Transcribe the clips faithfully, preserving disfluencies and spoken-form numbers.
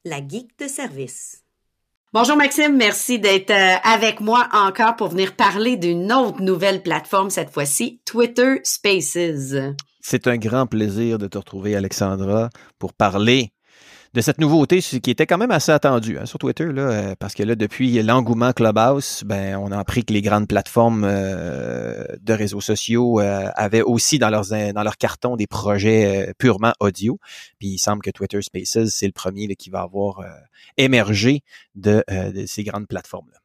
la geek de service. Bonjour Maxime, merci d'être euh, avec moi encore pour venir parler d'une autre nouvelle plateforme, cette fois-ci, Twitter Spaces. C'est un grand plaisir de te retrouver, Alexandra, pour parler de cette nouveauté qui était quand même assez attendue hein, sur Twitter, là, parce que là, depuis l'engouement Clubhouse, ben, on a appris que les grandes plateformes euh, de réseaux sociaux euh, avaient aussi dans leurs dans leur carton des projets euh, purement audio. Puis il semble que Twitter Spaces, c'est le premier là, qui va avoir euh, émergé de, euh, de ces grandes plateformes-là.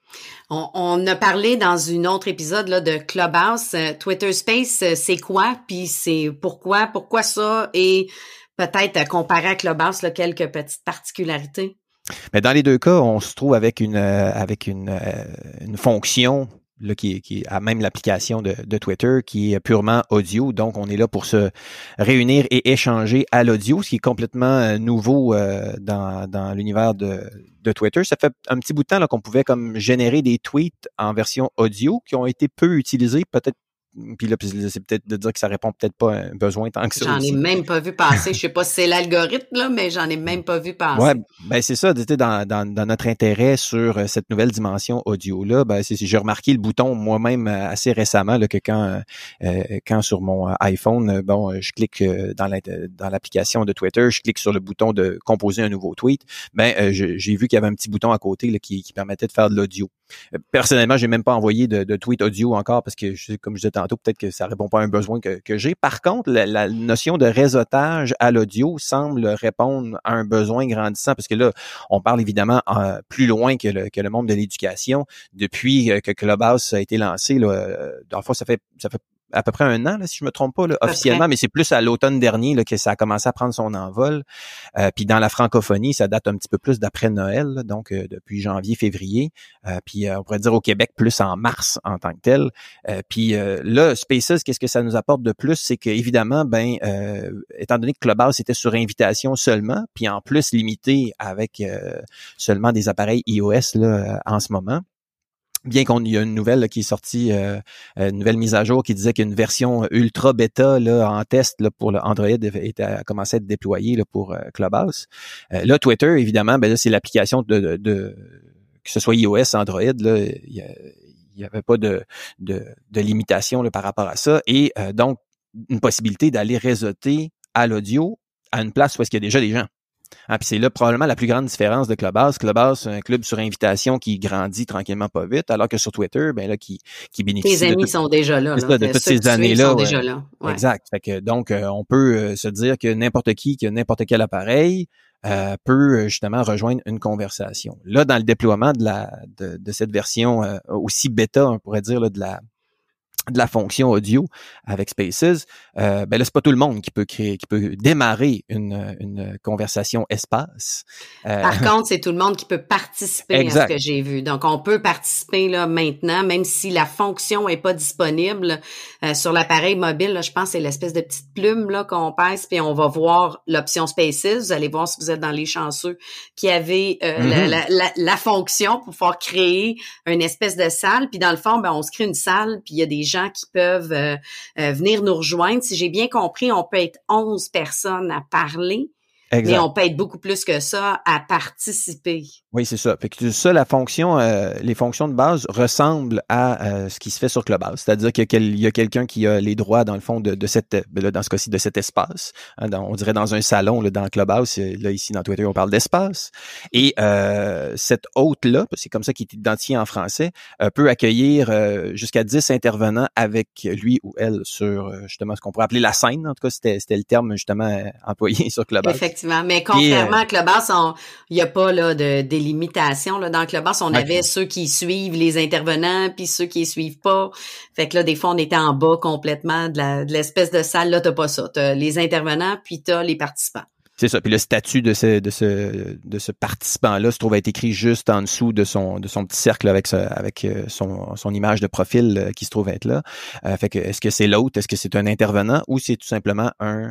On, on a parlé dans une autre épisode là, de Clubhouse. Euh, Twitter Space, euh, c'est quoi? Puis c'est pourquoi? Pourquoi ça? Et peut-être comparé à Clubhouse, là, quelques petites particularités. Mais dans les deux cas, on se trouve avec une euh, avec une, euh, une fonction là, qui, qui a même l'application de, de Twitter qui est purement audio. Donc, on est là pour se réunir et échanger à l'audio, ce qui est complètement nouveau euh, dans, dans l'univers de, de Twitter. Ça fait un petit bout de temps là, qu'on pouvait comme générer des tweets en version audio qui ont été peu utilisés, peut-être. Puis là, c'est peut-être de dire que ça répond peut-être pas à un besoin tant que ça. J'en aussi. ai même pas vu passer. Je sais pas si c'est l'algorithme, là, mais j'en ai même pas vu passer. Ouais, ben c'est ça, dans, dans, dans notre intérêt sur cette nouvelle dimension audio-là, ben c'est, j'ai remarqué le bouton moi-même assez récemment là, que quand, euh, quand sur mon iPhone, bon, je clique dans, la, dans l'application de Twitter, je clique sur le bouton de composer un nouveau tweet, ben euh, je, j'ai vu qu'il y avait un petit bouton à côté là, qui, qui permettait de faire de l'audio. Personnellement, j'ai même pas envoyé de, de tweet audio encore parce que, je, comme je disais tantôt, peut-être que ça répond pas à un besoin que, que j'ai. Par contre, la, la notion de réseautage à l'audio semble répondre à un besoin grandissant parce que là, on parle évidemment euh, plus loin que le, que le monde de l'éducation. Depuis euh, que Clubhouse a été lancé, là, euh, dans le fond, ça fait ça fait à peu près un an, là, si je me trompe pas, là, officiellement, mais c'est plus à l'automne dernier là, que ça a commencé à prendre son envol. Euh, puis dans la francophonie, ça date un petit peu plus d'après Noël, là, donc euh, depuis janvier, février. Euh, puis euh, on pourrait dire au Québec plus en mars en tant que tel. Euh, puis euh, là, Spaces, qu'est-ce que ça nous apporte de plus? C'est que évidemment, ben, euh, étant donné que Clubhouse était sur invitation seulement, puis en plus limité avec euh, seulement des appareils iOS là, en ce moment. Bien qu'on y a une nouvelle là, qui est sortie, euh, une nouvelle mise à jour qui disait qu'une version ultra bêta là, en test là, pour le Android était, a commencé à être déployée là, pour euh, Clubhouse. Euh, là, Twitter, évidemment, ben là, c'est l'application de, de, de que ce soit iOS, Android, là, il y, il y avait pas de, de, de limitation là, par rapport à ça. Et euh, donc, une possibilité d'aller réseauter à l'audio à une place où est-ce qu'il y a déjà des gens. Ah, puis c'est là probablement la plus grande différence de Clubhouse. Clubhouse, c'est un club sur invitation qui grandit tranquillement pas vite, alors que sur Twitter, ben là, qui, qui bénéficie Tes amis de tout, sont déjà là. là. Ça, de Ceux toutes ces années-là. Sont ouais. déjà là. Ouais. Exact. Fait que, donc, euh, on peut euh, se dire que n'importe qui, qui a n'importe quel appareil, euh, peut justement rejoindre une conversation. Là, dans le déploiement de la de, de cette version euh, aussi bêta, on pourrait dire, là, de la de la fonction audio avec Spaces, euh, ben là, c'est pas tout le monde qui peut créer, qui peut démarrer une, une conversation espace. Euh, Par contre, c'est tout le monde qui peut participer exact. À ce que j'ai vu. Donc, on peut participer là maintenant, même si la fonction est pas disponible euh, sur l'appareil mobile. Là, je pense que c'est l'espèce de petite plume là qu'on pèse, puis on va voir l'option Spaces. Vous allez voir si vous êtes dans les chanceux qui avaient euh, mm-hmm. la, la, la, la fonction pour pouvoir créer une espèce de salle. Puis dans le fond, ben on se crée une salle, puis il y a des gens qui peuvent euh, euh, venir nous rejoindre. Si j'ai bien compris, on peut être onze personnes à parler, exact. Mais on peut être beaucoup plus que ça à participer. Oui, c'est ça. Fait que ça, la fonction, euh, les fonctions de base ressemblent à euh, ce qui se fait sur Clubhouse. C'est-à-dire qu'il y a, quel, y a quelqu'un qui a les droits, dans le fond, de, de cette, là, dans ce cas-ci, de cet espace. Hein, dans, on dirait dans un salon, là, dans Clubhouse. Là, ici, dans Twitter, on parle d'espace. Et euh, cet hôte-là, c'est comme ça qu'il est identifié en français, euh, peut accueillir euh, jusqu'à dix intervenants avec lui ou elle sur, euh, justement, ce qu'on pourrait appeler la scène. En tout cas, c'était, c'était le terme, justement, euh, employé sur Clubhouse. Effectivement. Mais contrairement Et, euh, à Clubhouse, il n'y a pas là de, de limitation. Là. Dans Clubhouse, on okay. avait ceux qui suivent les intervenants, puis ceux qui les suivent pas. Fait que là, des fois, on était en bas complètement de, la, de l'espèce de salle. Là, t'as pas ça. T'as les intervenants, puis t'as les participants. C'est ça. Puis le statut de ce de ce de ce participant-là se trouve à être écrit juste en dessous de son de son petit cercle avec ce, avec son son image de profil qui se trouve être là. Euh, fait que est-ce que c'est l'autre, est-ce que c'est un intervenant ou c'est tout simplement un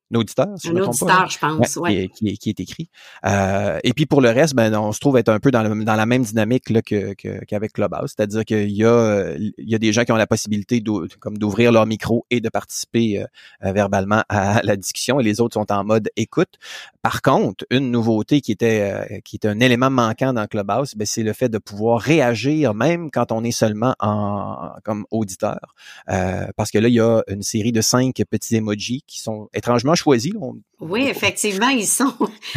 auditeur, si un je me trompe auditeur, pas. je pense, ouais, ouais. Qui, est, qui, est, qui est écrit. Euh, et puis pour le reste, ben on se trouve être un peu dans, le, dans la même dynamique là, que, que, qu'avec Clubhouse, c'est-à-dire qu'il y a, il y a des gens qui ont la possibilité d'ou- comme d'ouvrir leur micro et de participer euh, verbalement à la discussion, et les autres sont en mode écoute. Par contre, une nouveauté qui était euh, qui est un élément manquant dans Clubhouse, ben c'est le fait de pouvoir réagir même quand on est seulement en comme auditeur, euh, parce que là il y a une série de cinq petits emojis qui sont étrangement choisis. On, Oui, effectivement, ils sont.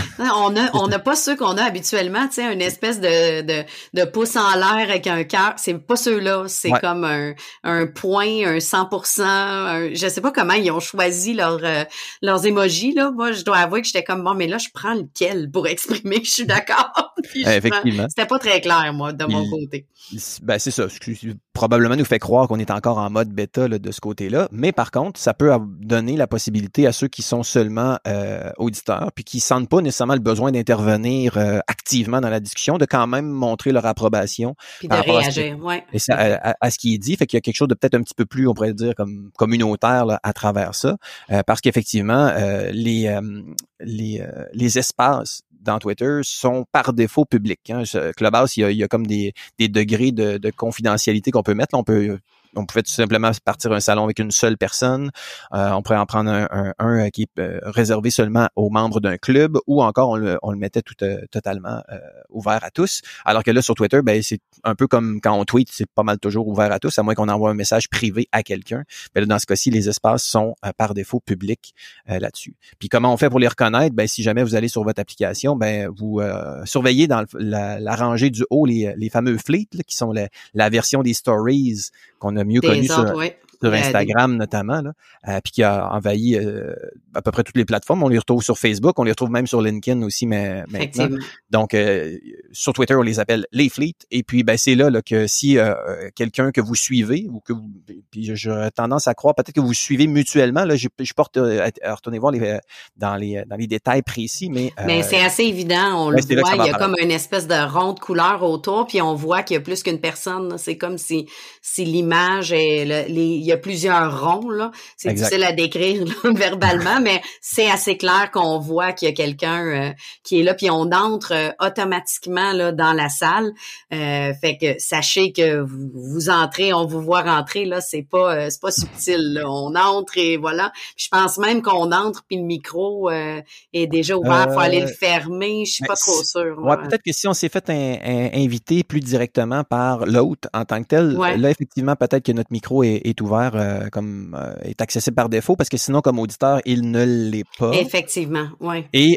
On a, on n'a pas ceux qu'on a habituellement, tu sais, une espèce de, de, de pouce en l'air avec un cœur. C'est pas ceux-là. C'est ouais. comme un, un point, un cent pour cent. Un, je sais pas comment ils ont choisi leur, euh, leurs emojis, là. Moi, je dois avouer que j'étais comme, bon, mais là, je prends lequel pour exprimer que je suis d'accord. Puis je prends. Effectivement. C'était pas très clair, moi, de mon Il, côté. Ben c'est ça. Ce qui probablement nous fait croire qu'on est encore en mode bêta là, de ce côté-là. Mais par contre, ça peut donner la possibilité à ceux qui sont seulement euh, auditeurs puis qui sentent pas nécessairement le besoin d'intervenir euh, activement dans la discussion, de quand même montrer leur approbation. Puis de réagir, ouais. Et ça, à, à ce qui est dit, fait qu'il y a quelque chose de peut-être un petit peu plus, on pourrait dire, comme communautaire là, à travers ça, euh, parce qu'effectivement, euh, les euh, les euh, les espaces dans Twitter sont par défaut publics. Hein. Clubhouse, il y a, il y a comme des, des degrés de, de confidentialité qu'on peut mettre. Là, on peut on pouvait tout simplement partir un salon avec une seule personne. Euh, on pourrait en prendre un, un, un qui est euh, réservé seulement aux membres d'un club, ou encore on le, on le mettait tout euh, totalement euh, ouvert à tous. Alors que là, sur Twitter, ben c'est un peu comme quand on tweet, c'est pas mal toujours ouvert à tous, à moins qu'on envoie un message privé à quelqu'un. Mais là, dans ce cas-ci, les espaces sont euh, par défaut publics euh, là-dessus. Puis comment on fait pour les reconnaître? Ben si jamais vous allez sur votre application, ben vous euh, surveillez dans le, la, la rangée du haut les, les fameux fleets, là, qui sont la, la version des stories qu'on a mieux connu sur, ouais. sur Instagram notamment, là, euh, puis qui a envahi euh, à peu près toutes les plateformes. On les retrouve sur Facebook, on les retrouve même sur LinkedIn aussi, mais maintenant. Donc, euh, sur Twitter, on les appelle les fleets. Et puis, ben c'est là, là que si euh, quelqu'un que vous suivez, ou que vous, puis j'aurais tendance à croire peut-être que vous suivez mutuellement, là, je, je porte à, à retourner voir les, dans les dans les détails précis, mais euh, mais c'est assez évident, on ben, le voit, il y a comme une espèce de ronde couleur autour, puis on voit qu'il y a plus qu'une personne. C'est comme si si l'image est le, les il y a plusieurs ronds là, c'est exact. difficile à décrire là, verbalement, mais c'est assez clair qu'on voit qu'il y a quelqu'un euh, qui est là, puis on entre euh, automatiquement là dans la salle. Euh, fait que sachez que vous, vous entrez, on vous voit rentrer là, c'est pas euh, c'est pas subtil. Là. On entre et voilà. Puis je pense même qu'on entre puis le micro euh, est déjà ouvert, euh, faut aller le fermer. Je suis pas trop sûre. Ouais, peut-être que si on s'est fait un, un, inviter plus directement par l'hôte en tant que tel, ouais. là effectivement peut-être que notre micro est, est ouvert euh, comme euh, est accessible par défaut, parce que sinon comme auditeur il ne l'est pas. Effectivement, ouais. Et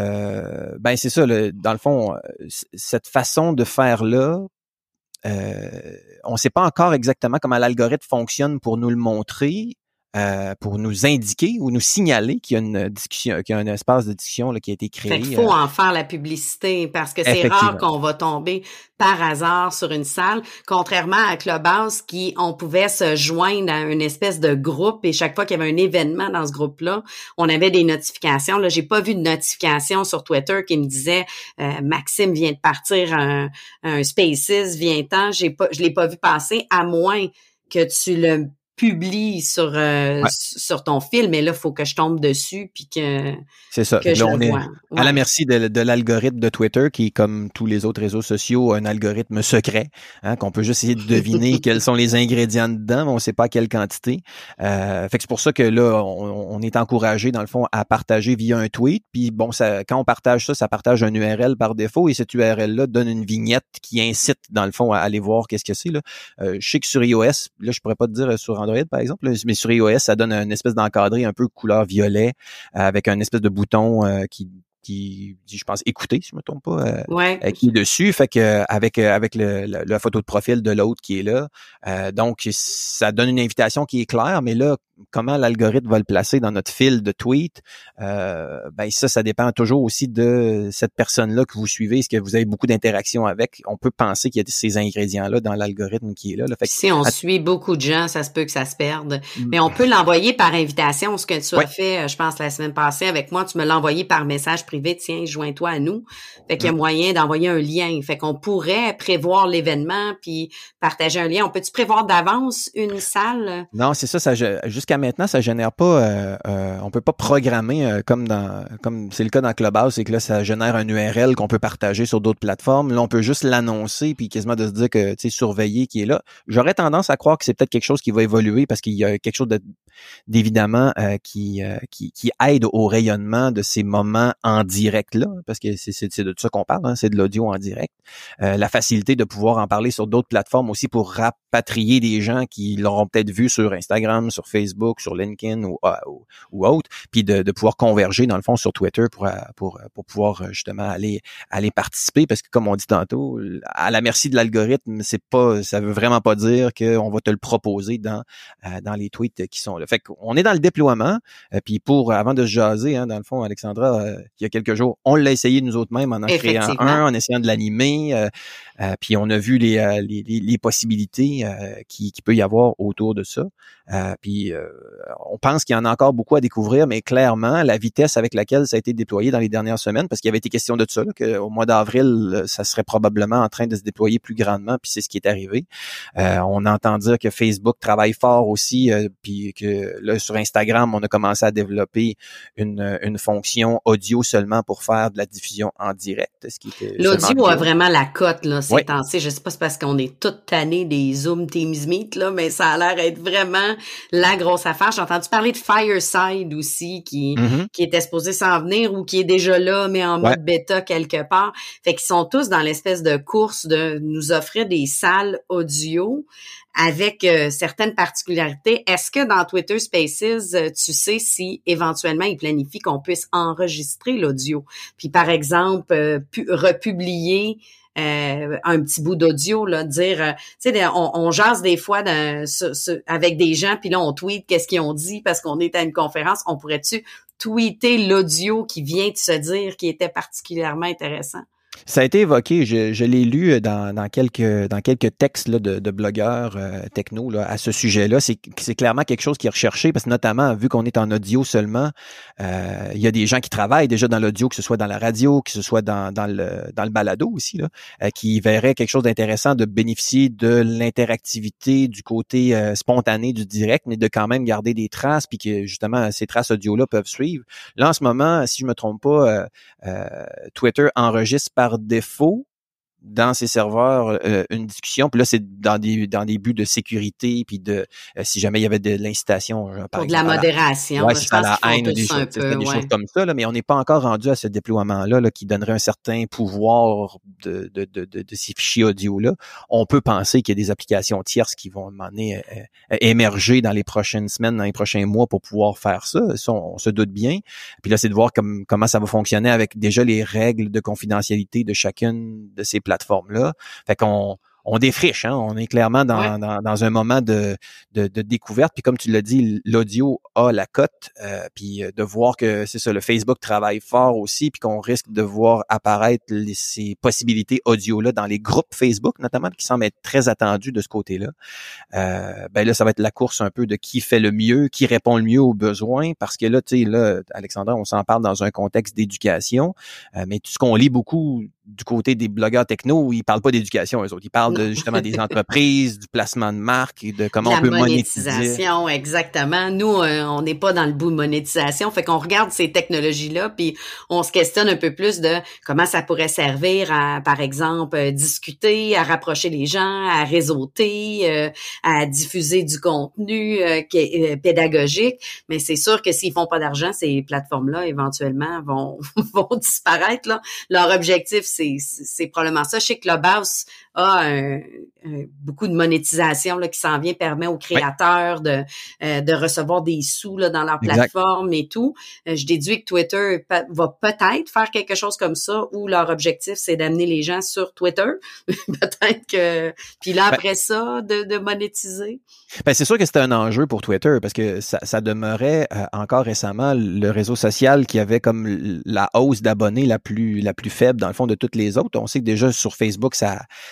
euh, ben c'est ça, le, dans le fond, cette façon de faire là, euh, on ne sait pas encore exactement comment l'algorithme fonctionne pour nous le montrer. Euh, pour nous indiquer ou nous signaler qu'il y a une discussion, qu'il y a un espace de discussion là, qui a été créé. Fait qu'il faut euh, en faire la publicité, parce que c'est rare qu'on va tomber par hasard sur une salle, contrairement à Clubhouse qui, on pouvait se joindre à une espèce de groupe, et chaque fois qu'il y avait un événement dans ce groupe-là, on avait des notifications. Là, j'ai pas vu de notification sur Twitter qui me disait euh, Maxime vient de partir un, un Spaces, vient-t'en. J'ai pas, je l'ai pas vu passer, à moins que tu le publie sur euh, ouais. sur ton fil, mais là, il faut que je tombe dessus puis que c'est ça. Que là, je on le est vois. à ouais. la merci de, de l'algorithme de Twitter, qui, comme tous les autres réseaux sociaux, a un algorithme secret, hein, qu'on peut juste essayer de deviner quels sont les ingrédients dedans, mais on ne sait pas à quelle quantité. Euh, fait que c'est pour ça que là, on, on est encouragé, dans le fond, à partager via un tweet. Puis bon, ça, quand on partage ça, ça partage un U R L par défaut, et cette U R L-là donne une vignette qui incite, dans le fond, à aller voir qu'est-ce que c'est. Là. Euh, je sais que sur iOS, là, je pourrais pas te dire sur Android, par exemple, là, mais sur iOS, ça donne une espèce d'encadré un peu couleur violet, euh, avec un espèce de bouton euh, qui qui dit, je pense, écouter, si je me trompe pas, euh, ouais. euh, qui est dessus. Fait que avec euh, avec le, le, la photo de profil de l'autre qui est là, euh, donc ça donne une invitation qui est claire, mais là, comment l'algorithme va le placer dans notre fil de tweet, euh, ben ça, ça dépend toujours aussi de cette personne-là que vous suivez. Est-ce que vous avez beaucoup d'interactions avec? On peut penser qu'il y a ces ingrédients-là dans l'algorithme qui est là. là. Fait que, si on à... suit beaucoup de gens, ça se peut que ça se perde. Mm. Mais on peut l'envoyer par invitation, ce que tu ouais. as fait, je pense, la semaine passée avec moi. Tu me l'as envoyé par message privé, tiens, joins-toi à nous. Fait qu'il y a moyen d'envoyer un lien. Fait qu'on pourrait prévoir l'événement puis partager un lien. On peut-tu prévoir d'avance une salle? Non, c'est ça, ça jusqu'à maintenant, ça génère pas, euh, euh, on peut pas programmer euh, comme dans, comme c'est le cas dans Clubhouse, c'est que là, ça génère un U R L qu'on peut partager sur d'autres plateformes. Là, on peut juste l'annoncer puis quasiment de se dire que, tu sais, surveiller qui est là. J'aurais tendance à croire que c'est peut-être quelque chose qui va évoluer parce qu'il y a quelque chose de, d'évidemment euh, qui, euh, qui, qui aide au rayonnement de ces moments en direct là, parce que c'est, c'est, c'est de ça qu'on parle, hein, c'est de l'audio en direct. Euh, la facilité de pouvoir en parler sur d'autres plateformes aussi pour rapatrier des gens qui l'auront peut-être vu sur Instagram, sur Facebook, sur LinkedIn ou, ou, ou autre, puis de, de pouvoir converger dans le fond sur Twitter pour, pour, pour pouvoir justement aller, aller participer, parce que comme on dit tantôt, à la merci de l'algorithme, c'est pas, ça veut vraiment pas dire qu'on va te le proposer dans, dans les tweets qui sont là. Fait qu'on est dans le déploiement, puis pour, avant de se jaser, hein, dans le fond, Alexandra, euh, il y a quelques jours, on l'a essayé nous autres mêmes en en créant un, en essayant de l'animer, euh, euh, puis on a vu les, euh, les, les, les possibilités euh, qui, qui peut y avoir autour de ça. Euh, puis euh, on pense qu'il y en a encore beaucoup à découvrir, mais clairement, la vitesse avec laquelle ça a été déployé dans les dernières semaines, parce qu'il y avait été question de ça, là, qu'au mois d'avril, ça serait probablement en train de se déployer plus grandement, puis c'est ce qui est arrivé. Euh, on entend dire que Facebook travaille fort aussi, euh, puis que là, sur Instagram, on a commencé à développer une, une fonction audio seulement pour faire de la diffusion en direct. Ce qui était l'audio a vraiment la cote, là, ces oui. temps-ci. Je sais pas si c'est parce qu'on est toutes tannées des Zoom, Teams Meet, là, mais ça a l'air d'être vraiment la grosse affaire. J'ai entendu parler de Fireside aussi, qui, mm-hmm. qui était supposé s'en venir ou qui est déjà là, mais en mode ouais. bêta quelque part. Fait qu'ils sont tous dans l'espèce de course de nous offrir des salles audio avec euh, certaines particularités. Est-ce que dans Twitter Spaces, euh, tu sais si éventuellement ils planifient qu'on puisse enregistrer l'audio, puis par exemple euh, pu- republier euh, un petit bout d'audio, là, dire, euh, tu sais, on, on jase des fois de, sur, sur, avec des gens, puis là on tweet qu'est-ce qu'ils ont dit parce qu'on est à une conférence. On pourrait-tu tweeter l'audio qui vient de se dire qui était particulièrement intéressant? Ça a été évoqué, je, je l'ai lu dans, dans quelques dans quelques textes là, de, de blogueurs euh, techno là, à ce sujet-là. C'est, c'est clairement quelque chose qui est recherché parce que notamment, vu qu'on est en audio seulement, euh, il y a des gens qui travaillent déjà dans l'audio, que ce soit dans la radio, que ce soit dans, dans, le, dans le balado aussi, là, euh, qui verraient quelque chose d'intéressant de bénéficier de l'interactivité du côté euh, spontané du direct, mais de quand même garder des traces, puis que justement, ces traces audio-là peuvent suivre. Là, en ce moment, si je me trompe pas, euh, euh, Twitter enregistre par défaut dans ses serveurs euh, une discussion, puis là c'est dans des dans des buts de sécurité, puis de euh, si jamais il y avait de l'incitation euh, par pour exemple, de la modération, ouais, là, c'est je pense la qu'ils haine font des, tout choses, un peu, des ouais. choses comme ça là, mais on n'est pas encore rendu à ce déploiement là, là qui donnerait un certain pouvoir de de de de, de ces fichiers audio là. On peut penser qu'il y a des applications tierces qui vont demander euh, euh, émerger dans les prochaines semaines, dans les prochains mois pour pouvoir faire ça. Ça on, on se doute bien. Puis là c'est de voir comme comment ça va fonctionner avec déjà les règles de confidentialité de chacune de ces plateformes là. Fait qu'on on défriche, hein, on est clairement dans, ouais. dans, dans un moment de, de, de découverte. Puis comme tu l'as dit, l'audio a la cote. Euh, puis de voir que c'est ça, le Facebook travaille fort aussi, puis qu'on risque de voir apparaître les, ces possibilités audio-là dans les groupes Facebook, notamment, qui semblent être très attendus de ce côté-là. Euh, ben là, ça va être la course un peu de qui fait le mieux, qui répond le mieux aux besoins, parce que là, tu sais, là, Alexandra, on s'en parle dans un contexte d'éducation, euh, mais tout ce qu'on lit beaucoup du côté des blogueurs techno, ils parlent pas d'éducation, eux autres. Ils parlent de, justement des entreprises, du placement de marque et de comment de on peut monétiser. La monétisation, exactement. Nous, euh, on n'est pas dans le bout de monétisation. Fait qu'on regarde ces technologies-là, puis on se questionne un peu plus de comment ça pourrait servir à, par exemple, euh, discuter, à rapprocher les gens, à réseauter, euh, à diffuser du contenu euh, qui est, euh, pédagogique. Mais c'est sûr que s'ils font pas d'argent, ces plateformes-là, éventuellement, vont, vont disparaître, là. Leur objectif, c'est, c'est probablement ça. Je sais que Clubhouse a un, un, beaucoup de monétisation là, qui s'en vient, permet aux créateurs oui. de, euh, de recevoir des sous là, dans leur plateforme exact. Et tout. Euh, je déduis que Twitter pe- va peut-être faire quelque chose comme ça où leur objectif, c'est d'amener les gens sur Twitter. Peut-être que... Puis là, après ben, ça, de, de monétiser. Ben, c'est sûr que c'était un enjeu pour Twitter parce que ça, ça demeurait euh, encore récemment le réseau social qui avait comme la hausse d'abonnés la plus, la plus faible dans le fond de toutes les autres. On sait que déjà sur Facebook, ça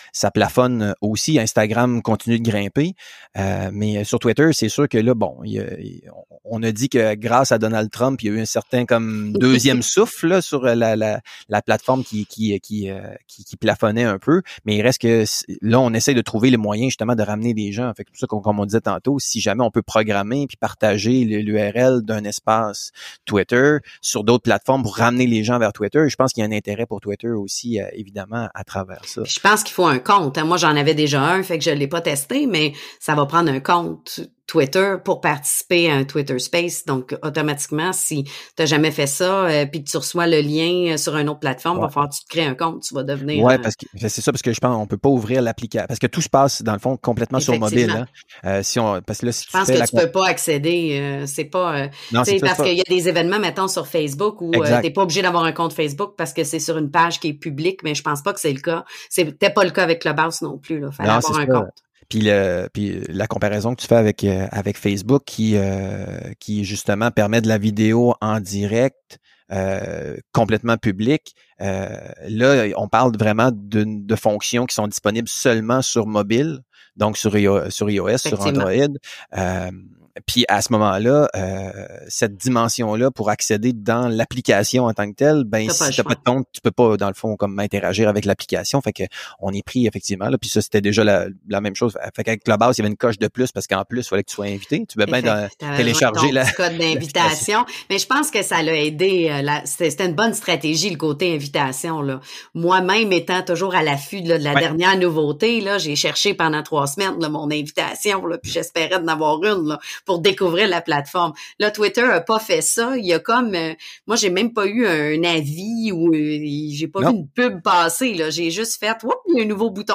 ça plafonne aussi. Instagram continue de grimper. Euh, mais sur Twitter, c'est sûr que là, bon, il y a, on a dit que grâce à Donald Trump, il y a eu un certain comme deuxième souffle là, sur la, la, la plateforme qui, qui, qui, euh, qui, qui plafonnait un peu. Mais il reste que là, on essaie de trouver les moyens justement de ramener des gens. Fait que c'est pour ça qu'on, comme on disait tantôt, si jamais on peut programmer puis partager l'U R L d'un espace Twitter sur d'autres plateformes pour ramener les gens vers Twitter, je pense qu'il y a un intérêt pour Twitter aussi, euh, évidemment, à travers ça. Puis je pense qu'il faut un compte. Moi, j'en avais déjà un, fait que je l'ai pas testé, mais ça va prendre un compte Twitter pour participer à un Twitter Space. Donc, automatiquement, si tu n'as jamais fait ça, euh, puis que tu reçois le lien sur une autre plateforme, il ouais. va falloir que tu te crées un compte. Tu vas devenir... Ouais, un... parce que c'est ça, parce que je pense qu'on peut pas ouvrir l'application. Parce que tout se passe, dans le fond, complètement sur mobile. Hein. Euh, si on, parce que là, si tu je pense fais que la... tu peux pas accéder. Euh, c'est pas... Euh, non, c'est parce ça. qu'il y a des événements, mettons, sur Facebook où euh, t'es pas obligé d'avoir un compte Facebook parce que c'est sur une page qui est publique, mais je pense pas que c'est le cas. C'était pas le cas avec Clubhouse non plus. Il fallait non, avoir un ça. compte. Puis, le, puis la comparaison que tu fais avec euh, avec Facebook qui euh, qui justement permet de la vidéo en direct euh, complètement publique. Euh, là, on parle vraiment de, de fonctions qui sont disponibles seulement sur mobile, donc sur iOS, sur, iOS, sur Android. Euh, Puis à ce moment-là, euh, cette dimension-là, pour accéder dans l'application en tant que telle, ben t'as si t'as pas de compte, tu peux pas, dans le fond, comme interagir avec l'application. Fait que on est pris effectivement là. Puis ça, c'était déjà la, la même chose. Fait qu'avec Clubhouse, il y avait une coche de plus parce qu'en plus, il fallait que tu sois invité. Tu peux bien dans, télécharger la code d'invitation. Mais je pense que ça l'a aidé. Euh, la, c'était, c'était une bonne stratégie, le côté invitation. Là. Moi-même, étant toujours à l'affût là, de la ouais. dernière nouveauté, là, j'ai cherché pendant trois semaines là, mon invitation, là, puis j'espérais d'en avoir une là, pour découvrir la plateforme. Là, Twitter a pas fait ça. Il y a comme... Euh, moi, j'ai même pas eu un avis ou euh, j'ai pas non. vu une pub passer. Là. J'ai juste fait... Oups, il y a un nouveau bouton.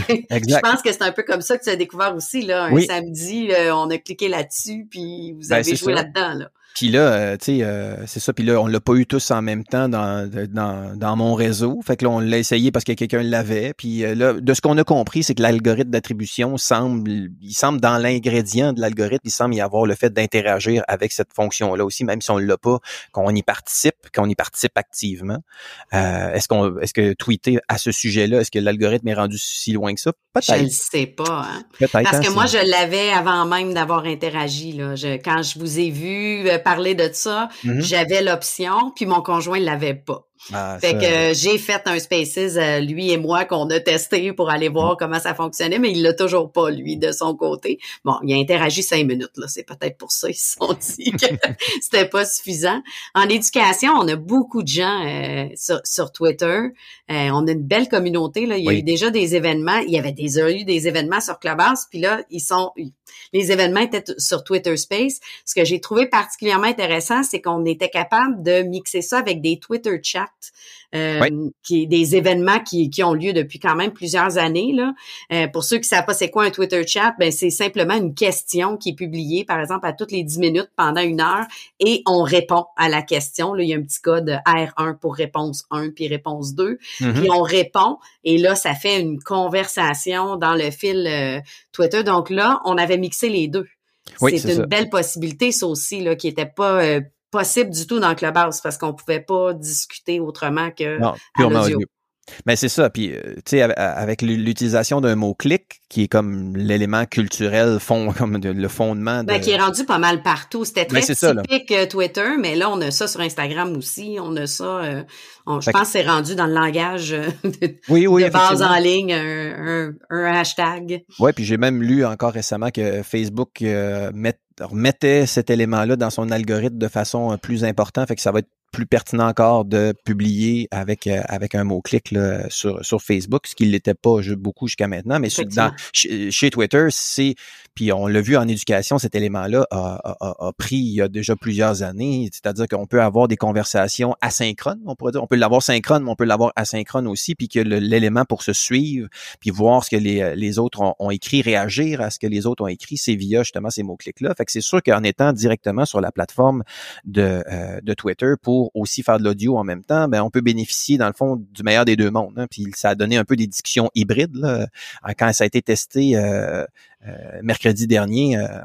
Je pense que c'est un peu comme ça que tu as découvert aussi. Là, un oui. samedi, euh, on a cliqué là-dessus, puis vous avez ben, joué ça. là-dedans. Là. Puis là, euh, tu sais, euh, c'est ça. Puis là, on l'a pas eu tous en même temps dans dans, dans mon réseau. Fait que là, on l'a essayé parce que quelqu'un l'avait. Puis euh, là, de ce qu'on a compris, c'est que l'algorithme d'attribution semble, il semble dans l'ingrédient de l'algorithme, il semble y avoir le fait d'interagir avec cette fonction-là aussi, même si on l'a pas, qu'on y participe, qu'on y participe activement. Euh, est-ce qu'on, est-ce que tweeter à ce sujet-là, est-ce que l'algorithme est rendu si loin que ça? Peut-être. Je ne sais pas. Hein? Peut-être. Parce que hein, moi, je l'avais avant même d'avoir interagi. Là. Je, quand je vous ai vu euh, parler de ça, mm-hmm. j'avais l'option, puis mon conjoint ne l'avait pas. Ah, fait ça... que euh, j'ai fait un Spaces, euh, lui et moi, qu'on a testé pour aller voir mm. comment ça fonctionnait, mais il l'a toujours pas, lui, de son côté. Bon, il a interagi cinq minutes, là. C'est peut-être pour ça qu'ils se sont dit que c'était pas suffisant. En éducation, on a beaucoup de gens euh, sur, sur Twitter. Euh, on a une belle communauté, là. Il y oui. a eu déjà des événements. Il y avait déjà eu des événements sur Clubhouse, puis là, ils sont... Les événements étaient sur Twitter Space. Ce que j'ai trouvé particulièrement intéressant, c'est qu'on était capable de mixer ça avec des Twitter chats, euh, oui. qui des événements qui, qui ont lieu depuis quand même plusieurs années. Là. Euh, pour ceux qui savent pas c'est quoi un Twitter chat, ben c'est simplement une question qui est publiée, par exemple, à toutes les dix minutes pendant une heure, et on répond à la question. Là, il y a un petit code R un pour réponse un puis réponse deux, mm-hmm. puis on répond, et là, ça fait une conversation dans le fil euh, Twitter. Donc là, on avait mixé les deux. Oui, c'est, c'est une ça. Belle possibilité, ça aussi, là, qui était pas euh, possible du tout dans Clubhouse parce qu'on pouvait pas discuter autrement que non, purement à l'audio. audio. Mais c'est ça, puis tu sais, avec l'utilisation d'un mot-clic qui est comme l'élément culturel, fond, comme le fondement de... Ben, qui est rendu pas mal partout. C'était très ben, typique ça, Twitter, mais là, on a ça sur Instagram aussi. On a ça, euh, on, je pense que c'est rendu dans le langage de, oui, oui, de base en ligne, un, un, un hashtag. Oui, puis j'ai même lu encore récemment que Facebook euh, met, remettait cet élément-là dans son algorithme de façon plus importante, fait que ça va être plus pertinent encore de publier avec euh, avec un mot-clic là, sur sur Facebook, ce qui l'était pas beaucoup jusqu'à maintenant, mais dans, chez, chez Twitter, c'est puis on l'a vu en éducation, cet élément-là a, a, a pris il y a déjà plusieurs années, c'est-à-dire qu'on peut avoir des conversations asynchrones, on pourrait dire, on peut l'avoir synchrone, mais on peut l'avoir asynchrone aussi, puis que le, l'élément pour se suivre, puis voir ce que les les autres ont, ont écrit, réagir à ce que les autres ont écrit, c'est via justement ces mots-clics-là. Fait que c'est sûr qu'en étant directement sur la plateforme de euh, de Twitter pour aussi faire de l'audio en même temps, ben on peut bénéficier dans le fond du meilleur des deux mondes. Hein. Puis ça a donné un peu des discussions hybrides là. Quand ça a été testé euh, euh, mercredi dernier. Euh,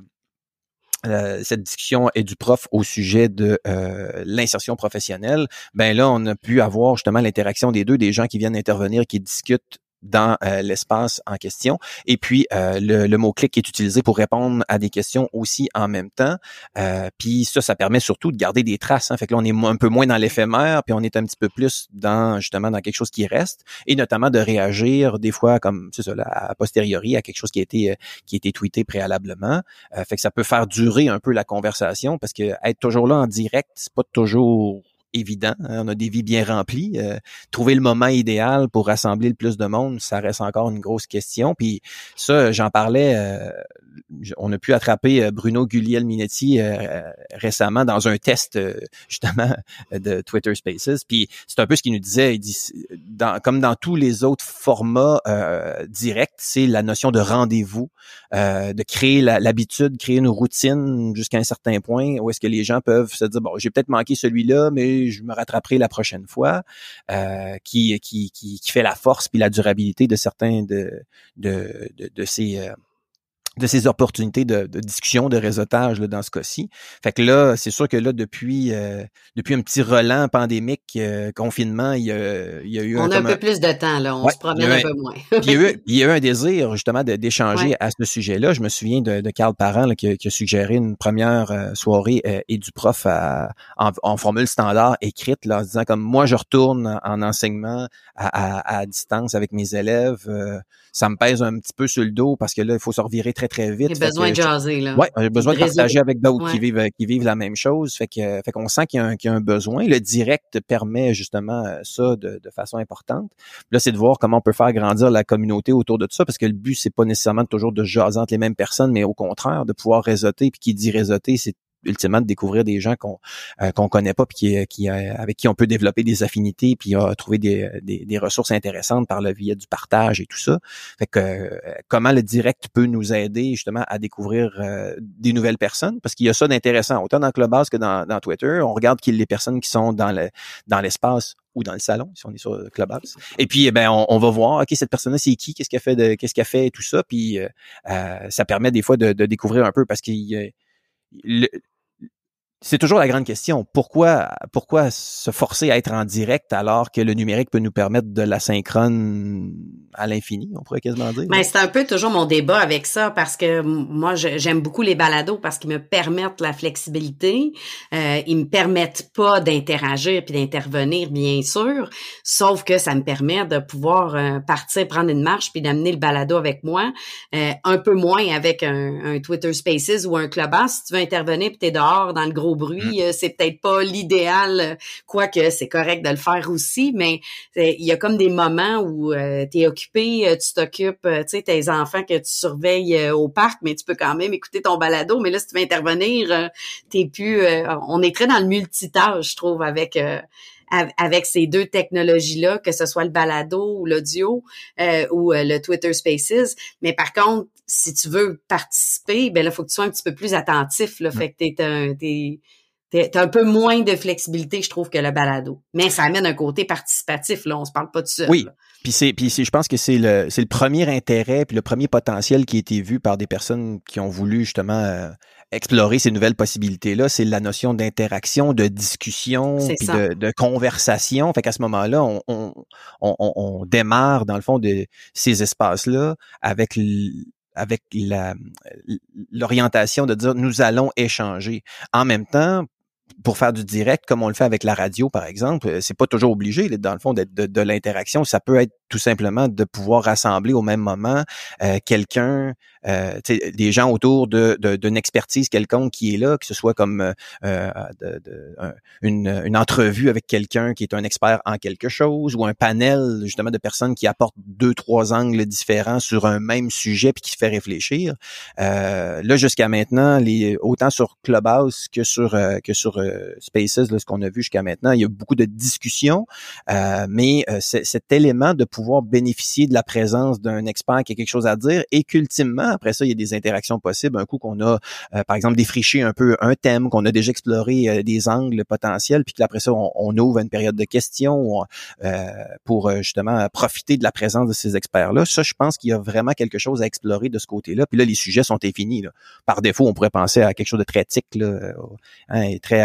Euh, cette discussion est du prof au sujet de euh, l'insertion professionnelle, ben là, on a pu avoir justement l'interaction des deux, des gens qui viennent intervenir, qui discutent dans euh, l'espace en question. Et puis, euh, le, le mot-clic est utilisé pour répondre à des questions aussi en même temps. Euh, puis ça, ça permet surtout de garder des traces. Hein. Fait que là, on est un peu moins dans l'éphémère, puis on est un petit peu plus dans, justement, dans quelque chose qui reste, et notamment de réagir des fois comme, c'est ça, là, a posteriori à quelque chose qui a été, qui a été tweeté préalablement. Euh, fait que ça peut faire durer un peu la conversation, parce que être toujours là en direct, c'est pas toujours évident, hein, on a des vies bien remplies. Euh, trouver le moment idéal pour rassembler le plus de monde, ça reste encore une grosse question. Puis ça, j'en parlais, euh, on a pu attraper Bruno Guglielminetti euh, récemment dans un test euh, justement de Twitter Spaces. Puis c'est un peu ce qu'il nous disait. Il dit, dans, comme dans tous les autres formats euh, directs, c'est la notion de rendez-vous, euh, de créer la, l'habitude, créer une routine jusqu'à un certain point où est-ce que les gens peuvent se dire, bon, j'ai peut-être manqué celui-là, mais je me rattraperai la prochaine fois, euh, qui, qui, qui, qui fait la force puis la durabilité de certains de, de, de, de ces... Euh, de ces opportunités de, de discussion, de réseautage là, dans ce cas-ci. Fait que là, c'est sûr que là, depuis euh, depuis un petit relent pandémique, euh, confinement, il y a, il y a eu... On un, a un peu un... plus de temps, là. On ouais, se promène un, un peu moins. Puis il y a eu, il y a eu un désir, justement, de, d'échanger ouais. à ce sujet-là. Je me souviens de, de Carl Parent là, qui, qui a suggéré une première euh, soirée euh, et du prof à, en, en formule standard écrite, là, en disant comme, moi, je retourne en, en enseignement à, à, à distance avec mes élèves. Euh, ça me pèse un petit peu sur le dos parce que là, il faut se revirer très, très vite. J'ai besoin de jaser, là. Ouais, j'ai besoin de partager avec d'autres ouais. qui vivent qui vivent la même chose. Fait que fait qu'on sent qu'il y a un, qu'il y a un besoin. Le direct permet justement ça de, de façon importante. Là, c'est de voir comment on peut faire grandir la communauté autour de ça, parce que le but, c'est pas nécessairement toujours de jaser entre les mêmes personnes, mais au contraire, de pouvoir réseauter. Puis qui dit réseauter, c'est ultimement de découvrir des gens qu'on euh, qu'on connaît pas, puis qui, qui euh, avec qui on peut développer des affinités, puis euh, trouver des, des des ressources intéressantes par le biais du partage et tout ça. Fait que euh, comment le direct peut nous aider justement à découvrir euh, des nouvelles personnes, parce qu'il y a ça d'intéressant autant dans Clubhouse que dans, dans Twitter. On regarde qui les personnes qui sont dans le dans l'espace ou dans le salon, si on est sur Clubhouse. Et puis, eh ben, on, on va voir, ok, cette personne-là, c'est qui, qu'est-ce qu'elle fait, de, qu'est-ce qu'elle fait et tout ça. Puis, euh, euh, ça permet des fois de, de découvrir un peu, parce qu'il y a Le, c'est toujours la grande question. Pourquoi, pourquoi se forcer à être en direct alors que le numérique peut nous permettre de l'asynchrone à l'infini, on pourrait quasiment dire? Mais c'est un peu toujours mon débat avec ça, parce que moi, je, j'aime beaucoup les balados parce qu'ils me permettent la flexibilité. Euh, ils me permettent pas d'interagir puis d'intervenir, bien sûr, sauf que ça me permet de pouvoir euh, partir, prendre une marche puis d'amener le balado avec moi. Euh, un peu moins avec un, un Twitter Spaces ou un Clubhouse. Si tu veux intervenir puis t'es dehors dans le gros bruit, mmh. c'est peut-être pas l'idéal, quoique c'est correct de le faire aussi, mais il y a comme des moments où euh, t'es occupé, tu t'occupes, tu sais, tes enfants que tu surveilles euh, au parc, mais tu peux quand même écouter ton balado. Mais là, si tu veux intervenir, euh, t'es plus... Euh, on est très dans le multitâche, je trouve, avec... Euh, avec ces deux technologies-là, que ce soit le balado ou l'audio euh, ou euh, le Twitter Spaces. Mais par contre, si tu veux participer, ben là, il faut que tu sois un petit peu plus attentif. Là, fait que t'es un, t'es, t'es, t'as un peu moins de flexibilité, je trouve, que le balado. Mais ça amène un côté participatif. Là, on se parle pas de ça. Oui. Là. Puis c'est, puis c'est, je pense que c'est le, c'est le premier intérêt puis le premier potentiel qui a été vu par des personnes qui ont voulu justement euh, explorer ces nouvelles possibilités-là. C'est la notion d'interaction, de discussion, puis de, de conversation. Fait qu'à ce moment-là, on, on, on, on démarre dans le fond de ces espaces-là avec l, avec la, l'orientation de dire nous allons échanger. En même temps, pour faire du direct, comme on le fait avec la radio, par exemple, c'est pas toujours obligé, dans le fond, d'être de, de l'interaction. Ça peut être tout simplement de pouvoir rassembler au même moment euh, quelqu'un, euh, des gens autour de, de, d'une expertise quelconque qui est là, que ce soit comme euh, de, de, un, une, une entrevue avec quelqu'un qui est un expert en quelque chose, ou un panel justement de personnes qui apportent deux, trois angles différents sur un même sujet puis qui fait réfléchir. Euh, là, jusqu'à maintenant, les, autant sur Clubhouse que sur euh, que sur euh, Spaces, là, ce qu'on a vu jusqu'à maintenant, il y a beaucoup de discussions, euh, mais euh, c'est, cet élément de pouvoir bénéficier de la présence d'un expert qui a quelque chose à dire et qu'ultimement, après ça, il y a des interactions possibles. Un coup qu'on a, euh, par exemple, défriché un peu un thème, qu'on a déjà exploré euh, des angles potentiels, puis qu'après ça, on, on ouvre une période de questions euh, pour euh, justement profiter de la présence de ces experts-là. Ça, je pense qu'il y a vraiment quelque chose à explorer de ce côté-là. Puis là, les sujets sont infinis. Là. Par défaut, on pourrait penser à quelque chose de très tic, là, hein, et très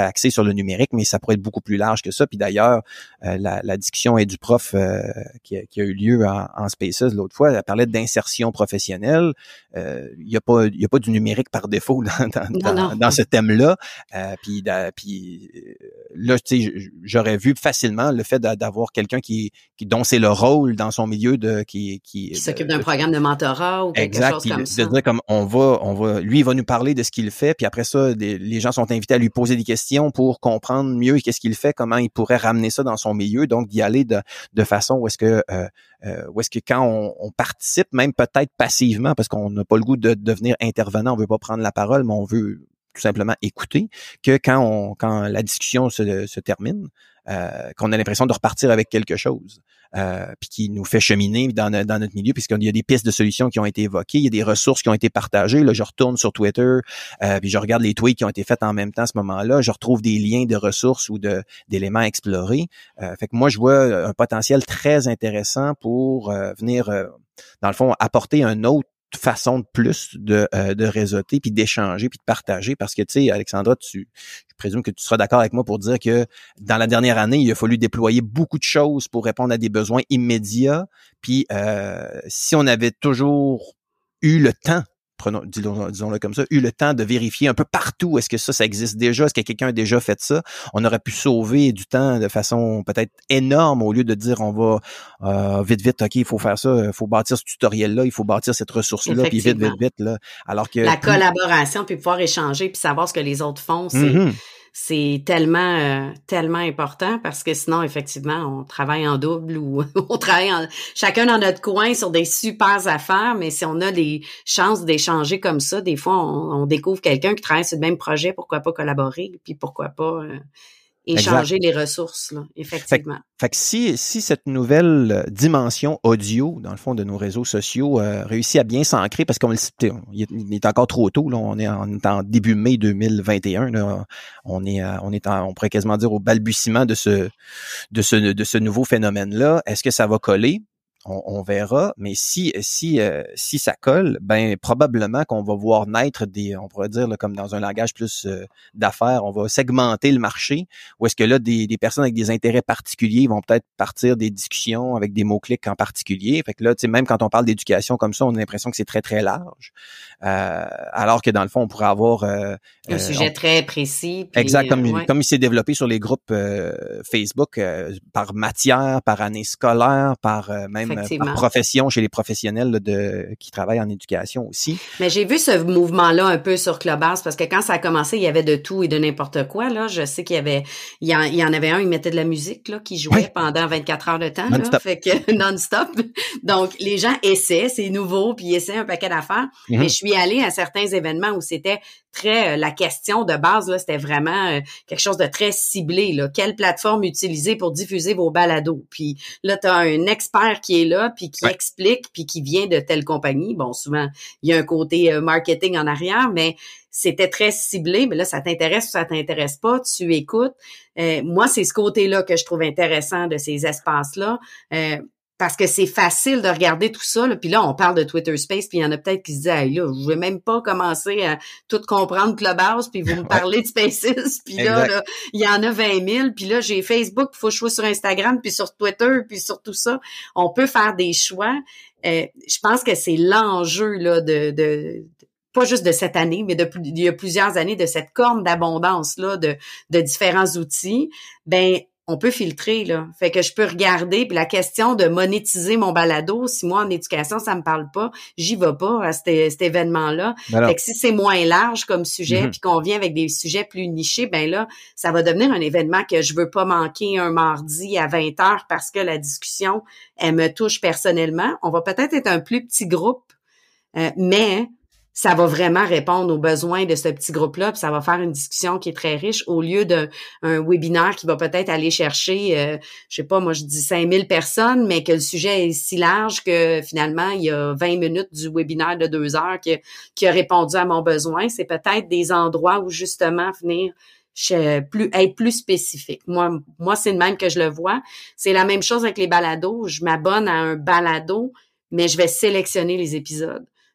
axé sur le numérique, mais ça pourrait être beaucoup plus large que ça. Puis d'ailleurs, euh, la, la discussion est du prof euh, qui, a, qui a eu lieu en, en Spaces l'autre fois, elle parlait d'insertion professionnelle. Il euh, y a pas, il y a pas du numérique par défaut dans, dans, non, dans, non. dans ce thème-là. Euh, puis, puis là, tu sais, j'aurais vu facilement le fait d'avoir quelqu'un qui, qui dont c'est le rôle dans son milieu de qui qui, qui s'occupe d'un programme de mentorat ou quelque exact, chose comme de, ça. De dire comme on va, on va, lui il va nous parler de ce qu'il fait, puis après ça, des, les gens sont invités à lui poser des questions pour comprendre mieux qu'est-ce qu'il fait, comment il pourrait ramener ça dans son milieu, donc d'y aller de, de façon où est-ce que euh, euh, où est-ce que quand on, on participe, même peut-être passivement, parce qu'on n'a pas le goût de devenir intervenant, on veut pas prendre la parole, mais on veut tout simplement écouter, que quand on quand la discussion se, se termine, euh, qu'on a l'impression de repartir avec quelque chose, euh, puis qui nous fait cheminer dans, dans notre milieu, puisqu'il y a des pistes de solutions qui ont été évoquées, il y a des ressources qui ont été partagées. Là, je retourne sur Twitter, euh, puis je regarde les tweets qui ont été faits en même temps à ce moment-là, je retrouve des liens de ressources ou de d'éléments explorés. Euh, fait que moi, je vois un potentiel très intéressant pour euh, venir, euh, dans le fond, apporter un autre façon de plus de euh, de réseauter puis d'échanger puis de partager, parce que tu sais, Alexandra, tu je présume que tu seras d'accord avec moi pour dire que dans la dernière année, il a fallu déployer beaucoup de choses pour répondre à des besoins immédiats, puis euh, si on avait toujours eu le temps, prenons, disons, disons-le comme ça, eu le temps de vérifier un peu partout, est-ce que ça, ça existe déjà, est-ce que quelqu'un a déjà fait ça, on aurait pu sauver du temps de façon peut-être énorme, au lieu de dire on va euh, vite, vite, OK, il faut faire ça, il faut bâtir ce tutoriel-là, il faut bâtir cette ressource-là, puis vite, vite, vite, là. Alors que la plus... collaboration, puis pouvoir échanger, puis savoir ce que les autres font, c'est mm-hmm. c'est tellement, euh, tellement important, parce que sinon, effectivement, on travaille en double ou on travaille en, chacun dans notre coin sur des super affaires, mais si on a des chances d'échanger comme ça, des fois, on, on découvre quelqu'un qui travaille sur le même projet, pourquoi pas collaborer, puis pourquoi pas euh, échanger exact. Les ressources, là, effectivement. Fait, fait que si, si cette nouvelle dimension audio, dans le fond, de nos réseaux sociaux, euh, réussit à bien s'ancrer, parce qu'on le il est, il est encore trop tôt, là, on est en, on est en début mai deux mille vingt et un, là, on est, on est en, on pourrait quasiment dire au balbutiement de ce, de ce, de ce nouveau phénomène-là. Est-ce que ça va coller? On, on verra, mais si si euh, si ça colle, ben probablement qu'on va voir naître des, on pourrait dire là, comme dans un langage plus euh, d'affaires, on va segmenter le marché, où est-ce que là des, des personnes avec des intérêts particuliers vont peut-être partir des discussions avec des mots-clics en particulier. Fait que là, tu sais, même quand on parle d'éducation comme ça, on a l'impression que c'est très très large, euh, alors que dans le fond, on pourrait avoir euh, un euh, sujet on... très précis. Puis, exact, comme, euh, ouais. comme il s'est développé sur les groupes euh, Facebook euh, par matière, par année scolaire, par euh, même par profession chez les professionnels là, de qui travaillent en éducation aussi. Mais j'ai vu ce mouvement-là un peu sur Clubhouse, parce que quand ça a commencé, il y avait de tout et de n'importe quoi. Là, je sais qu'il y avait, il y en, il y en avait un, il mettait de la musique là, qui jouait oui. pendant vingt-quatre heures de temps, là, fait que non-stop. Donc les gens essaient, c'est nouveau, puis ils essaient un paquet d'affaires. Mm-hmm. Mais je suis allée à certains événements où c'était très euh, la question de base là, c'était vraiment euh, quelque chose de très ciblé là. Quelle plateforme utiliser pour diffuser vos balados? Puis là, tu as un expert qui est là, puis qui ouais. explique, puis qui vient de telle compagnie. Bon, souvent, il y a un côté euh, marketing en arrière, mais c'était très ciblé. Mais là, ça t'intéresse ou ça t'intéresse pas, tu écoutes. Euh, moi, c'est ce côté-là que je trouve intéressant de ces espaces-là. Euh, Parce que c'est facile de regarder tout ça. Là. Puis là, on parle de Twitter Space, puis il y en a peut-être qui se disent hey, « là, je vais même pas commencer à tout comprendre Clubhouse, puis vous me parlez de Spaces. » Puis là, là, il y en a vingt mille. Puis là, j'ai Facebook, il faut que je sois sur Instagram, puis sur Twitter, puis sur tout ça. On peut faire des choix. Euh, je pense que c'est l'enjeu là de... de pas juste de cette année, mais de il y a plusieurs années, de cette corne d'abondance là de, de différents outils. Ben on peut filtrer, là. Fait que je peux regarder, puis la question de monétiser mon balado, si moi, en éducation, ça me parle pas, j'y vais pas à cet, cet événement-là. Alors, fait que si c'est moins large comme sujet, mm-hmm. puis qu'on vient avec des sujets plus nichés, ben là, ça va devenir un événement que je veux pas manquer un mardi à vingt heures parce que la discussion, elle me touche personnellement. On va peut-être être un plus petit groupe, euh, mais... ça va vraiment répondre aux besoins de ce petit groupe-là, puis ça va faire une discussion qui est très riche au lieu d'un webinaire qui va peut-être aller chercher, euh, je sais pas, moi je dis cinq mille personnes, mais que le sujet est si large que finalement, il y a vingt minutes du webinaire de deux heures qui, qui a répondu à mon besoin. C'est peut-être des endroits où justement venir plus être plus spécifique. Moi, moi c'est le même que je le vois. C'est la même chose avec les balados. Je m'abonne à un balado, mais je vais sélectionner les épisodes.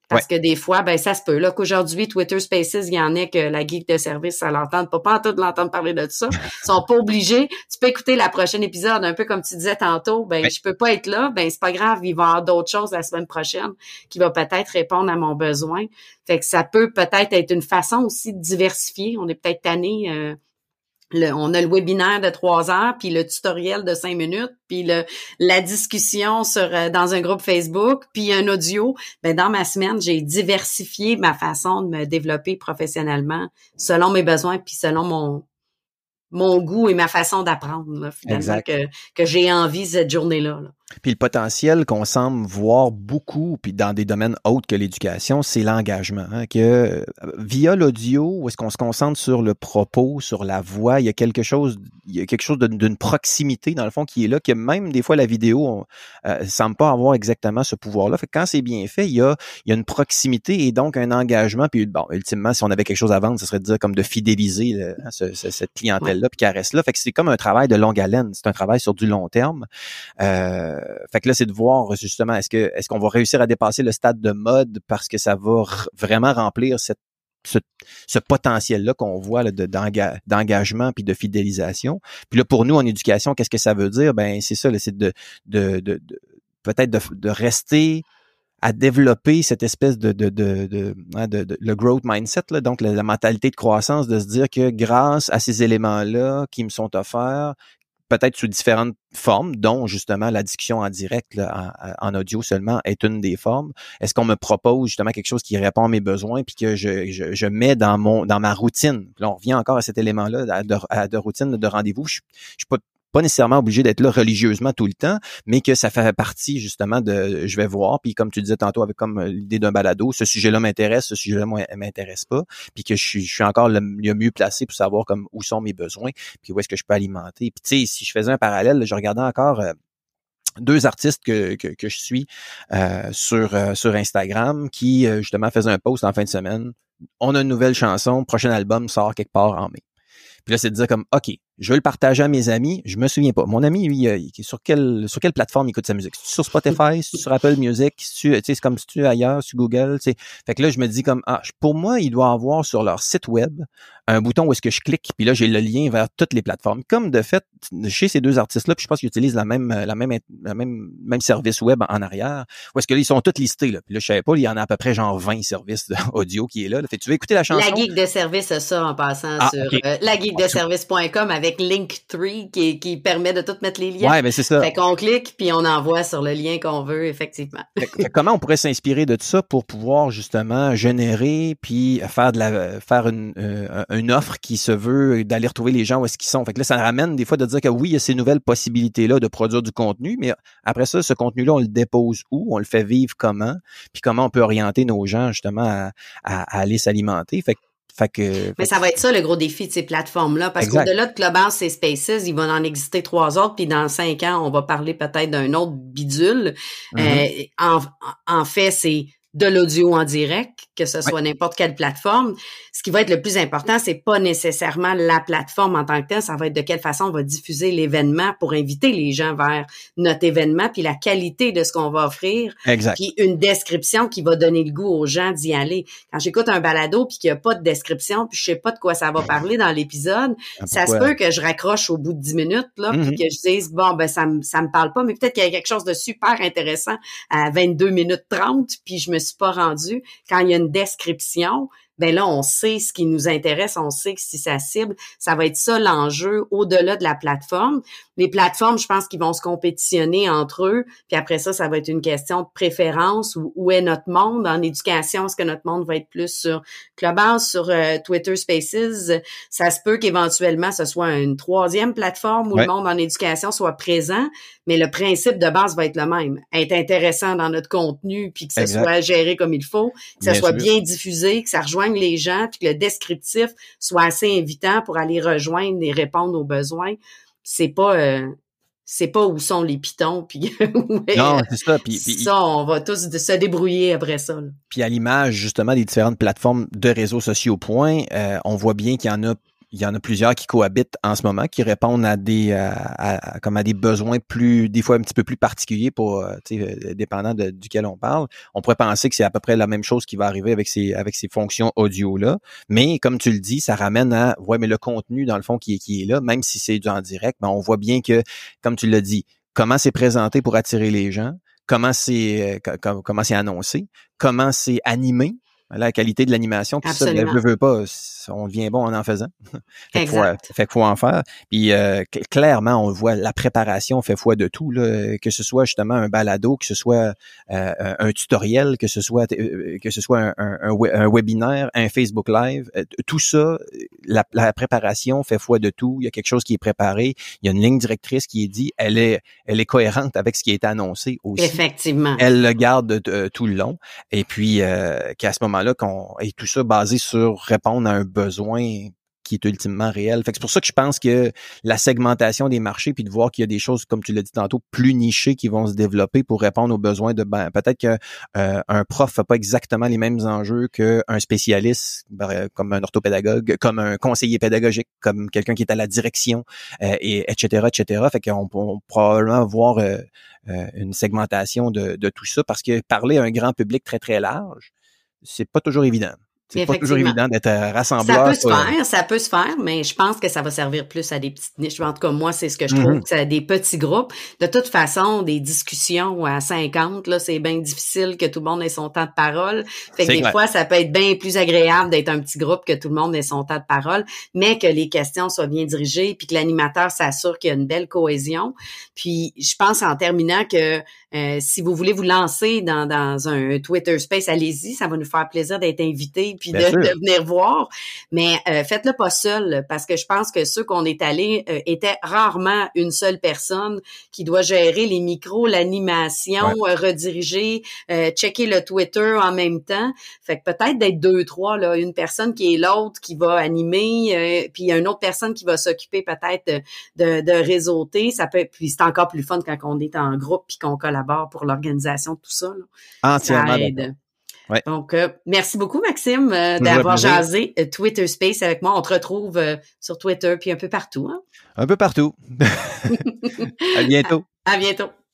Parce ouais. que des fois, ben ça se peut. Là, qu'aujourd'hui, Twitter Spaces, il y en a que la geek de service, ça l'entend pas, pas en tout l'entendre parler de ça. Ils sont pas obligés. Tu peux écouter la prochaine épisode, un peu comme tu disais tantôt. Ben, ouais. je peux pas être là. Ben, c'est pas grave. Il va y avoir d'autres choses la semaine prochaine qui va peut-être répondre à mon besoin. Fait que ça peut peut-être être une façon aussi de diversifier. On est peut-être tanné. Euh, Le, on a le webinaire de trois heures, puis le tutoriel de cinq minutes, puis le, la discussion sur euh, dans un groupe Facebook, puis un audio. Ben dans ma semaine, j'ai diversifié ma façon de me développer professionnellement selon mes besoins, puis selon mon mon goût et ma façon d'apprendre, là, finalement, exact. que que j'ai envie cette journée-là. Là. Puis le potentiel qu'on semble voir beaucoup, puis dans des domaines autres que l'éducation, c'est l'engagement. Hein, que euh, via l'audio, où est-ce qu'on se concentre sur le propos, sur la voix, il y a quelque chose, il y a quelque chose d'une proximité dans le fond qui est là, que même des fois la vidéo on, euh, semble pas avoir exactement ce pouvoir-là. Fait que quand c'est bien fait, il y a, il y a une proximité et donc un engagement. Puis bon, ultimement, si on avait quelque chose à vendre, ce serait de dire comme de fidéliser le, hein, ce, ce, cette clientèle-là, ouais. Puis qu'elle reste là. Fait que c'est comme un travail de longue haleine. C'est un travail sur du long terme. Euh, fait que là, c'est de voir justement, est-ce que est-ce qu'on va réussir à dépasser le stade de mode parce que ça va r- vraiment remplir cette, ce, ce potentiel-là qu'on voit là, de, d'enga- d'engagement puis de fidélisation. Puis là, pour nous, en éducation, qu'est-ce que ça veut dire? Ben, c'est ça, là, c'est de, de, de, de peut-être de, de rester à développer cette espèce de, de, de, de, de, de, de le growth mindset, là, donc la, la mentalité de croissance, de se dire que grâce à ces éléments-là qui me sont offerts, peut-être sous différentes formes, dont justement la discussion en direct, là, en, en audio seulement, est une des formes. Est-ce qu'on me propose justement quelque chose qui répond à mes besoins puis que je, je, je mets dans mon dans ma routine? Là, on revient encore à cet élément-là, à de, à de routine de rendez-vous. Je, je suis pas pas nécessairement obligé d'être là religieusement tout le temps, mais que ça fait partie justement de je vais voir, puis comme tu disais tantôt avec comme l'idée d'un balado, ce sujet-là m'intéresse, ce sujet-là m'intéresse pas, puis que je suis, je suis encore le, le mieux placé pour savoir comme où sont mes besoins, puis où est-ce que je peux alimenter. Puis tu sais, si je faisais un parallèle, je regardais encore euh, deux artistes que, que, que je suis euh, sur, euh, sur Instagram qui euh, justement faisaient un post en fin de semaine. On a une nouvelle chanson, prochain album sort quelque part en mai. Puis là, c'est de dire comme, OK, je veux le partager à mes amis. Je me souviens pas. Mon ami, lui, il est sur quelle, sur quelle plateforme il écoute sa musique? C'est sur Spotify, c'est sur Apple Music, c'est, c'est comme si tu es ailleurs, sur Google, tu sais. Fait que là, je me dis comme, ah, pour moi, il doit avoir sur leur site web un bouton où est-ce que je clique, puis là, j'ai le lien vers toutes les plateformes. Comme de fait, chez ces deux artistes-là, puis je pense qu'ils utilisent la même, la même, la même, même service web en arrière, où est-ce que là, ils sont tous listés, là. Puis là, je savais pas, il y en a à peu près genre vingt services audio qui est là. Fait que tu veux écouter la chanson? La Geek de service a ça en passant ah, sur okay. euh, la geek de service point com avec Linktree qui, qui permet de tout mettre les liens. Ouais, mais c'est ça. Fait qu'on clique puis on envoie sur le lien qu'on veut, effectivement. Fait, fait comment on pourrait s'inspirer de tout ça pour pouvoir justement générer puis faire de la faire une, euh, une offre qui se veut d'aller retrouver les gens où est-ce qu'ils sont. Fait que là, ça ramène des fois de dire que oui, il y a ces nouvelles possibilités-là de produire du contenu, mais après ça, ce contenu-là, on le dépose où? On le fait vivre comment? Puis comment on peut orienter nos gens justement à, à, à aller s'alimenter? Fait que Fait que, Mais fait ça va être ça le gros défi de ces plateformes-là, parce exact. qu'au-delà de Clubhouse et Spaces, il va en exister trois autres, puis dans cinq ans, on va parler peut-être d'un autre bidule. Mm-hmm. Euh, en, en fait, c'est de l'audio en direct, que ce soit ouais. n'importe quelle plateforme. Ce qui va être le plus important, c'est pas nécessairement la plateforme en tant que telle, ça va être de quelle façon on va diffuser l'événement pour inviter les gens vers notre événement, puis la qualité de ce qu'on va offrir, exact. Puis une description qui va donner le goût aux gens d'y aller. Quand j'écoute un balado puis qu'il n'y a pas de description, puis je sais pas de quoi ça va parler dans l'épisode, ah, ça se peut que je raccroche au bout de dix minutes, là, mm-hmm. puis que je dise, bon, ben ça me ça me parle pas, mais peut-être qu'il y a quelque chose de super intéressant à vingt-deux minutes trente, puis je me suis pas rendu. Quand il y a une description, ben là, on sait ce qui nous intéresse, on sait que si ça cible, ça va être ça l'enjeu au-delà de la plateforme. Les plateformes, je pense qu'ils vont se compétitionner entre eux, puis après ça, ça va être une question de préférence, où, où est notre monde en éducation, est-ce que notre monde va être plus sur Clubhouse, sur euh, Twitter Spaces, ça se peut qu'éventuellement, ce soit une troisième plateforme où ouais. le monde en éducation soit présent, mais le principe de base va être le même, être intéressant dans notre contenu, puis que ça exact. soit géré comme il faut, que ça bien soit sûr. bien diffusé, que ça rejoigne les gens, puis que le descriptif soit assez invitant pour aller rejoindre et répondre aux besoins. C'est pas euh, c'est pas où sont les pitons, puis non, c'est ça. Puis, puis ça, on va tous se débrouiller après ça. Là. Puis à l'image justement des différentes plateformes de réseaux sociaux, point, euh, on voit bien qu'il y en a il y en a plusieurs qui cohabitent en ce moment, qui répondent à des à, à, comme à des besoins plus, des fois un petit peu plus particuliers pour, tu sais, dépendant de, duquel on parle. On pourrait penser que c'est à peu près la même chose qui va arriver avec ces avec ces fonctions audio-là. Mais comme tu le dis, ça ramène à, ouais, mais le contenu, dans le fond, qui est, qui est là, même si c'est du en direct, ben on voit bien que, comme tu l'as dit, comment c'est présenté pour attirer les gens, comment c'est euh, comment c'est annoncé, comment c'est animé, la qualité de l'animation, puis ça, ne veut, veut pas, on devient bon en en faisant. fait, qu'il faut, fait qu'il faut en faire. Puis euh, clairement, on voit la préparation fait foi de tout, là, que ce soit justement un balado, que ce soit euh, un tutoriel, que ce soit euh, que ce soit un, un, un, un webinaire, un Facebook Live, euh, tout ça, la, la préparation fait foi de tout. Il y a quelque chose qui est préparé, il y a une ligne directrice qui est dit, elle est elle est cohérente avec ce qui a été annoncé aussi. Effectivement. Elle le garde euh, tout le long. Et puis euh, qu'à ce moment là qu'on et tout ça basé sur répondre à un besoin qui est ultimement réel. Fait que c'est pour ça que je pense que la segmentation des marchés, puis de voir qu'il y a des choses, comme tu l'as dit tantôt, plus nichées qui vont se développer pour répondre aux besoins de, ben, peut-être qu'un euh, prof n'a pas exactement les mêmes enjeux qu'un spécialiste, ben, comme un orthopédagogue, comme un conseiller pédagogique, comme quelqu'un qui est à la direction, euh, et etc., et cetera. Fait qu'on peut probablement voir euh, euh, une segmentation de, de tout ça, parce que parler à un grand public très, très large, c'est pas toujours évident. C'est pas toujours évident d'être rassembleur. Ça peut se faire, ça peut se faire, mais je pense que ça va servir plus à des petites niches. En tout cas, moi, c'est ce que je trouve, mm-hmm. que c'est des petits groupes. De toute façon, des discussions à cinquante, là, c'est bien difficile que tout le monde ait son temps de parole. Fait que des clair. fois, ça peut être bien plus agréable d'être un petit groupe que tout le monde ait son temps de parole, mais que les questions soient bien dirigées, puis que l'animateur s'assure qu'il y a une belle cohésion. Puis, je pense en terminant que euh, si vous voulez vous lancer dans, dans un Twitter Space, allez-y, ça va nous faire plaisir d'être invités puis de, de venir voir. Mais euh, faites-le pas seul, parce que je pense que ceux qu'on est allés euh, étaient rarement une seule personne qui doit gérer les micros, l'animation, ouais. euh, rediriger, euh, checker le Twitter en même temps. Fait que peut-être d'être deux, trois, là, une personne qui est l'autre qui va animer, euh, puis une autre personne qui va s'occuper peut-être de, de réseauter. Ça peut, puis c'est encore plus fun quand on est en groupe puis qu'on collabore pour l'organisation de tout ça. Là. Entièrement. Ça aide. Ouais. Donc, euh, merci beaucoup, Maxime, euh, d'avoir jasé euh, Twitter Space avec moi. On te retrouve euh, sur Twitter puis un peu partout. Hein? Un peu partout. À bientôt. À, à bientôt.